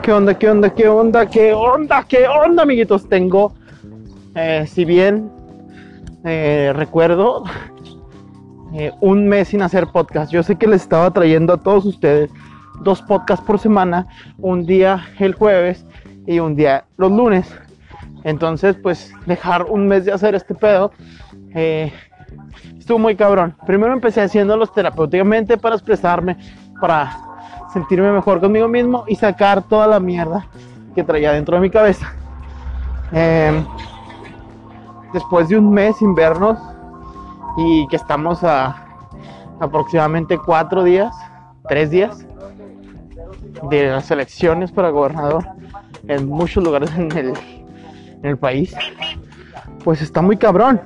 ¿Qué onda, qué onda, qué onda, qué onda, qué onda, amiguitos? Tengo, si bien recuerdo, un mes sin hacer podcast. Yo sé que les estaba trayendo a todos ustedes 2 podcasts por semana, un día el jueves y un día los lunes. Entonces, pues, dejar un mes de hacer este pedo estuvo muy cabrón. Primero empecé haciéndolos terapéuticamente para expresarme, para sentirme mejor conmigo mismo y sacar toda la mierda que traía dentro de mi cabeza. Después de un mes sin vernos y que estamos a aproximadamente 3 días de las elecciones para gobernador en muchos lugares en el país, pues está muy cabrón.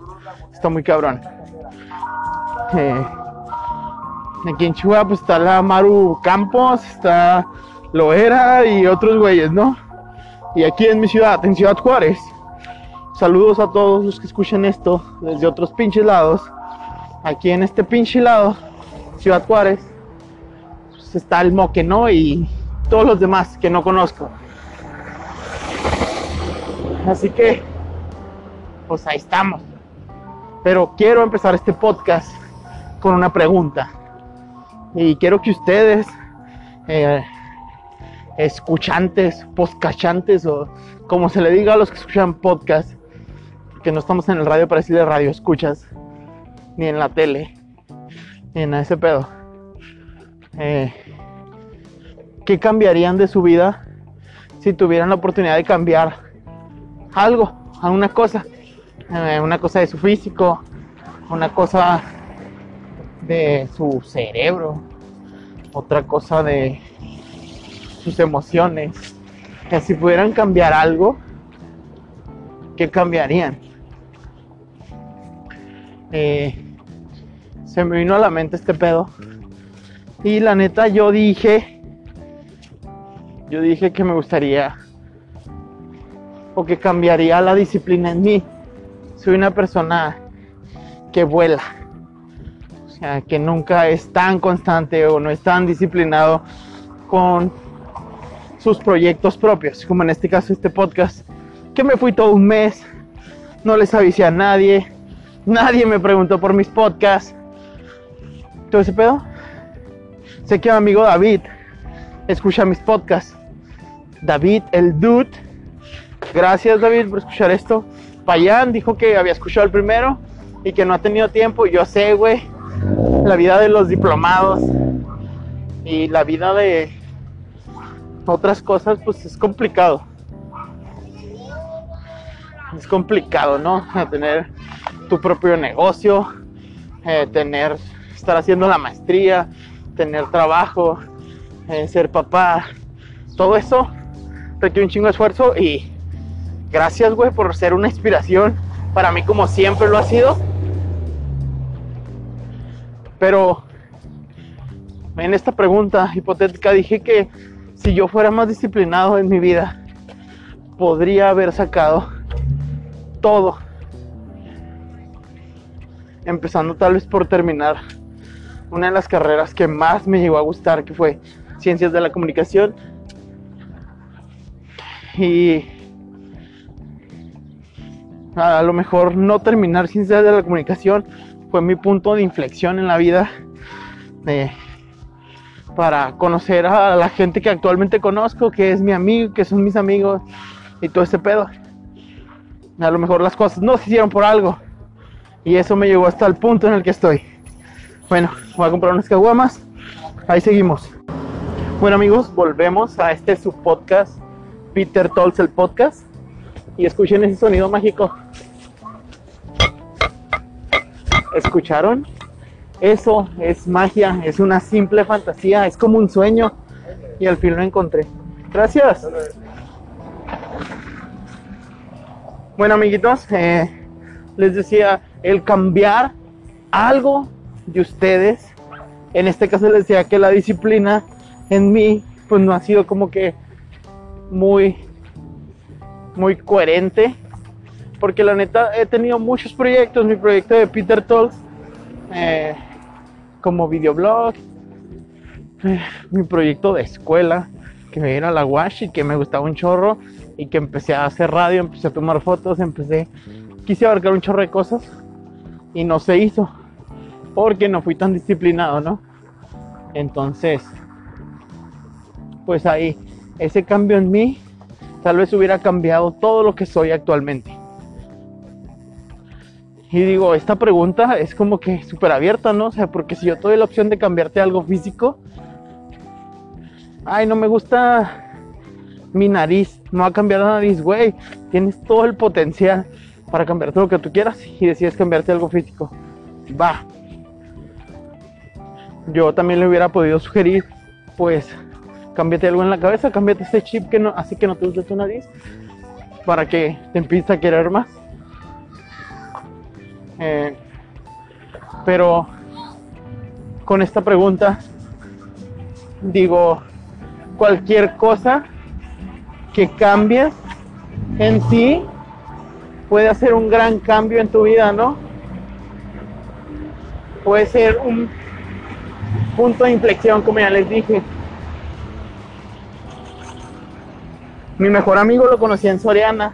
Aquí en Chihuahua pues está la Maru Campos, está Loera y otros güeyes, ¿no? Y aquí en mi ciudad, en Ciudad Juárez, saludos a todos los que escuchen esto desde otros pinches lados. Aquí en este pinche lado, Ciudad Juárez, pues está el Moque, ¿no? Y todos los demás que no conozco. Así que, pues ahí estamos. Pero quiero empezar este podcast con una pregunta. Y quiero que ustedes, escuchantes, podcachantes, o como se le diga a los que escuchan podcast, que no estamos en el radio para decirle radio escuchas, ni en la tele, ni en ese pedo, ¿qué cambiarían de su vida si tuvieran la oportunidad de cambiar algo, alguna cosa? Una cosa de su físico, una cosa de su cerebro, otra cosa de sus emociones. Que si pudieran cambiar algo, ¿qué cambiarían? Se me vino a la mente este pedo y la neta yo dije que me gustaría, o que cambiaría la disciplina en mí. Soy una persona que vuela, o sea, que nunca es tan constante o no es tan disciplinado con sus proyectos propios, como en este caso este podcast, que me fui todo un mes, no les avisé a nadie me preguntó por mis podcasts, todo ese pedo. Sé que mi amigo David escucha mis podcasts. David, el dude, gracias David por escuchar esto. Payán dijo que había escuchado el primero y que no ha tenido tiempo. Yo sé, güey, la vida de los diplomados y la vida de otras cosas, pues es complicado. Es complicado, ¿no? Tener tu propio negocio, estar haciendo la maestría, tener trabajo, ser papá. Todo eso requiere un chingo de esfuerzo y gracias, güey, por ser una inspiración para mí, como siempre lo ha sido. Pero en esta pregunta hipotética dije que si yo fuera más disciplinado en mi vida, podría haber sacado todo. Empezando tal vez por terminar una de las carreras que más me llegó a gustar, que fue Ciencias de la Comunicación. Y a lo mejor no terminar Ciencias de la Comunicación fue mi punto de inflexión en la vida, para conocer a la gente que actualmente conozco, que es mi amigo, que son mis amigos y todo ese pedo. A lo mejor las cosas no se hicieron por algo y eso me llevó hasta el punto en el que estoy. Bueno, voy a comprar unas caguamas. Ahí seguimos. Bueno, amigos, volvemos a este subpodcast, Peter Talks, el podcast. Y escuchen ese sonido mágico. ¿Escucharon? Eso es magia, es una simple fantasía, es como un sueño. Y al fin lo encontré. Gracias. Bueno, amiguitos, les decía, el cambiar algo de ustedes, en este caso les decía que la disciplina en mí, pues no ha sido como que muy coherente, porque la neta he tenido muchos proyectos. Mi proyecto de Peter Talks, como videoblog, mi proyecto de escuela, que era la wash y que me gustaba un chorro y que empecé a hacer radio, empecé a tomar fotos, quise abarcar un chorro de cosas y no se hizo porque no fui tan disciplinado, ¿no? Entonces, pues ahí, ese cambio en mí tal vez hubiera cambiado todo lo que soy actualmente. Y digo, esta pregunta es como que súper abierta, ¿no? O sea, porque si yo tuve la opción de cambiarte algo físico, ay, no me gusta mi nariz, no va a cambiar la nariz, güey. Tienes todo el potencial para cambiarte lo que tú quieras y decides cambiarte algo físico. Va. Yo también le hubiera podido sugerir, pues, cámbiate algo en la cabeza, cámbiate este chip que no, así que no te guste tu nariz, para que te empieces a querer más. Pero con esta pregunta digo, cualquier cosa que cambies en ti puede hacer un gran cambio en tu vida, ¿no? Puede ser un punto de inflexión, como ya les dije. Mi mejor amigo lo conocí en Soriana.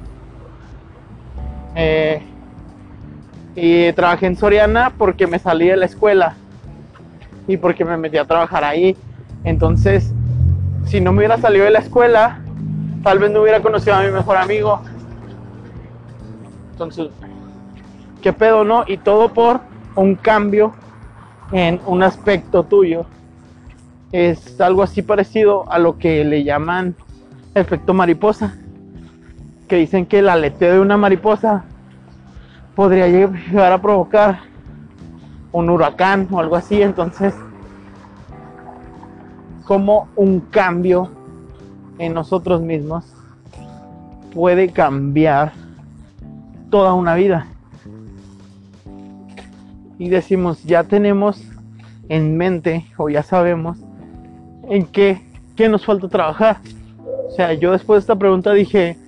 Y trabajé en Soriana porque me salí de la escuela y porque me metí a trabajar ahí. Entonces, si no me hubiera salido de la escuela, tal vez no hubiera conocido a mi mejor amigo. Entonces, ¿qué pedo, no? Y todo por un cambio en un aspecto tuyo. Es algo así parecido a lo que le llaman efecto mariposa, que dicen que el aleteo de una mariposa podría llegar a provocar un huracán o algo así. Entonces, como un cambio en nosotros mismos puede cambiar toda una vida. Y decimos, ya tenemos en mente o ya sabemos en qué nos falta trabajar. O sea, yo después de esta pregunta dije,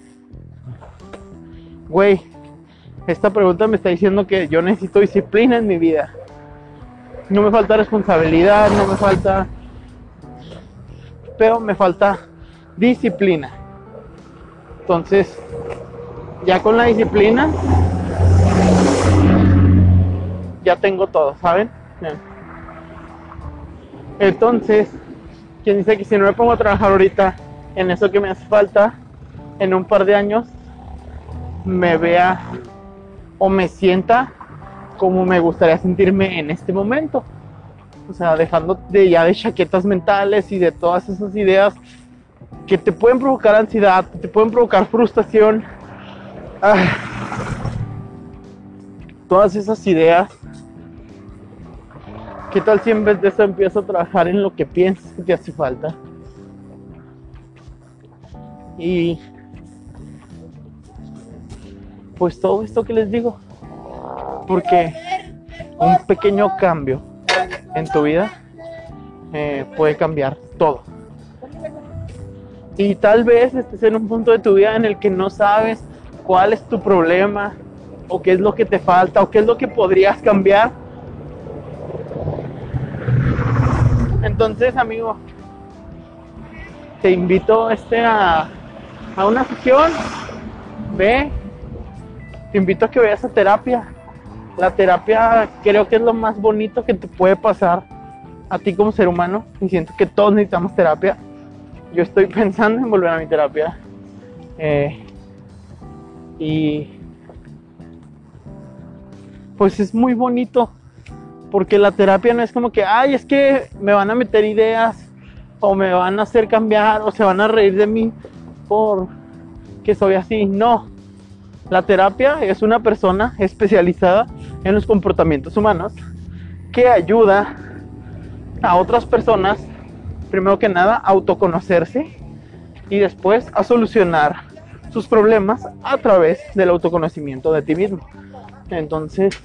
güey, esta pregunta me está diciendo que yo necesito disciplina en mi vida. No me falta responsabilidad, no me falta, pero me falta disciplina. Entonces, ya con la disciplina, ya tengo todo, ¿saben? Entonces, quien dice que si no me pongo a trabajar ahorita en eso que me hace falta, en un par de años me vea o me sienta como me gustaría sentirme en este momento. O sea, dejando de chaquetas mentales y de todas esas ideas que te pueden provocar ansiedad, que te pueden provocar frustración. Todas esas ideas. ¿Qué tal si en vez de eso empiezo a trabajar en lo que piensas que te hace falta? Y pues todo esto que les digo, porque un pequeño cambio en tu vida puede cambiar todo. Y tal vez estés en un punto de tu vida en el que no sabes cuál es tu problema, o qué es lo que te falta, o qué es lo que podrías cambiar. Entonces, amigo, te invito a una sesión. Ve, te invito a que vayas a terapia. La terapia creo que es lo más bonito que te puede pasar a ti como ser humano, y siento que todos necesitamos terapia. Yo estoy pensando en volver a mi terapia. Y pues es muy bonito, porque la terapia no es como que, ay, es que me van a meter ideas, o me van a hacer cambiar, o se van a reír de mí por que soy así. No, la terapia es una persona especializada en los comportamientos humanos que ayuda a otras personas, primero que nada, a autoconocerse y después a solucionar sus problemas a través del autoconocimiento de ti mismo. Entonces,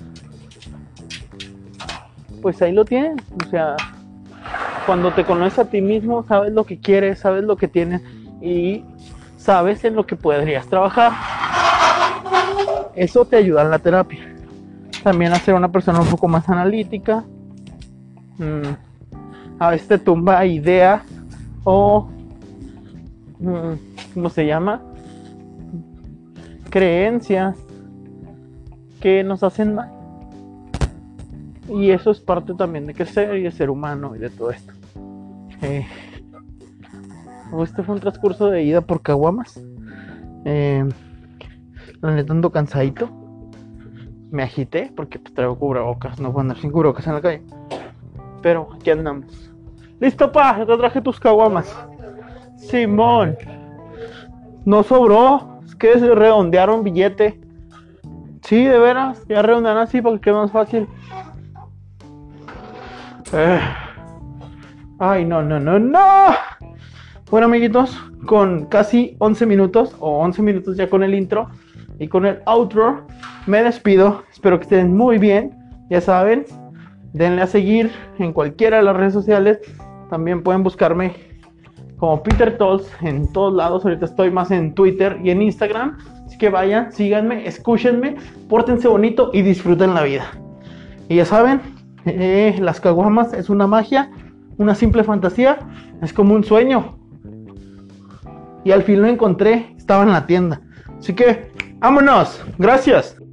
pues ahí lo tienes. O sea, cuando te conoces a ti mismo, sabes lo que quieres, sabes lo que tienes y sabes en lo que podrías trabajar. Eso te ayuda en la terapia. También a ser una persona un poco más analítica. A veces te tumba ideas o ¿cómo se llama? Creencias que nos hacen mal. Y eso es parte también de crecer y de ser humano y de todo esto. Este fue un transcurso de ida por caguamas. La neta ando cansadito. Me agité porque pues, traigo cubrebocas. No puedo andar sin cubrebocas en la calle. Pero aquí andamos. Listo, pa, ya te traje tus caguamas. Simón. No sobró. Es que se redondearon billete. Sí, de veras. Ya redondearon así para que quede más fácil. Ay, no. Bueno, amiguitos, con casi 11 minutos, o 11 minutos ya con el intro y con el outro, me despido. Espero que estén muy bien. Ya saben, denle a seguir en cualquiera de las redes sociales. También pueden buscarme como Peter Tolls en todos lados. Ahorita estoy más en Twitter y en Instagram. Así que vayan, síganme, escúchenme, pórtense bonito y disfruten la vida. Y ya saben, las caguamas es una magia, una simple fantasía, es como un sueño. Y al fin lo encontré, estaba en la tienda. Así que, ¡vámonos! ¡Gracias!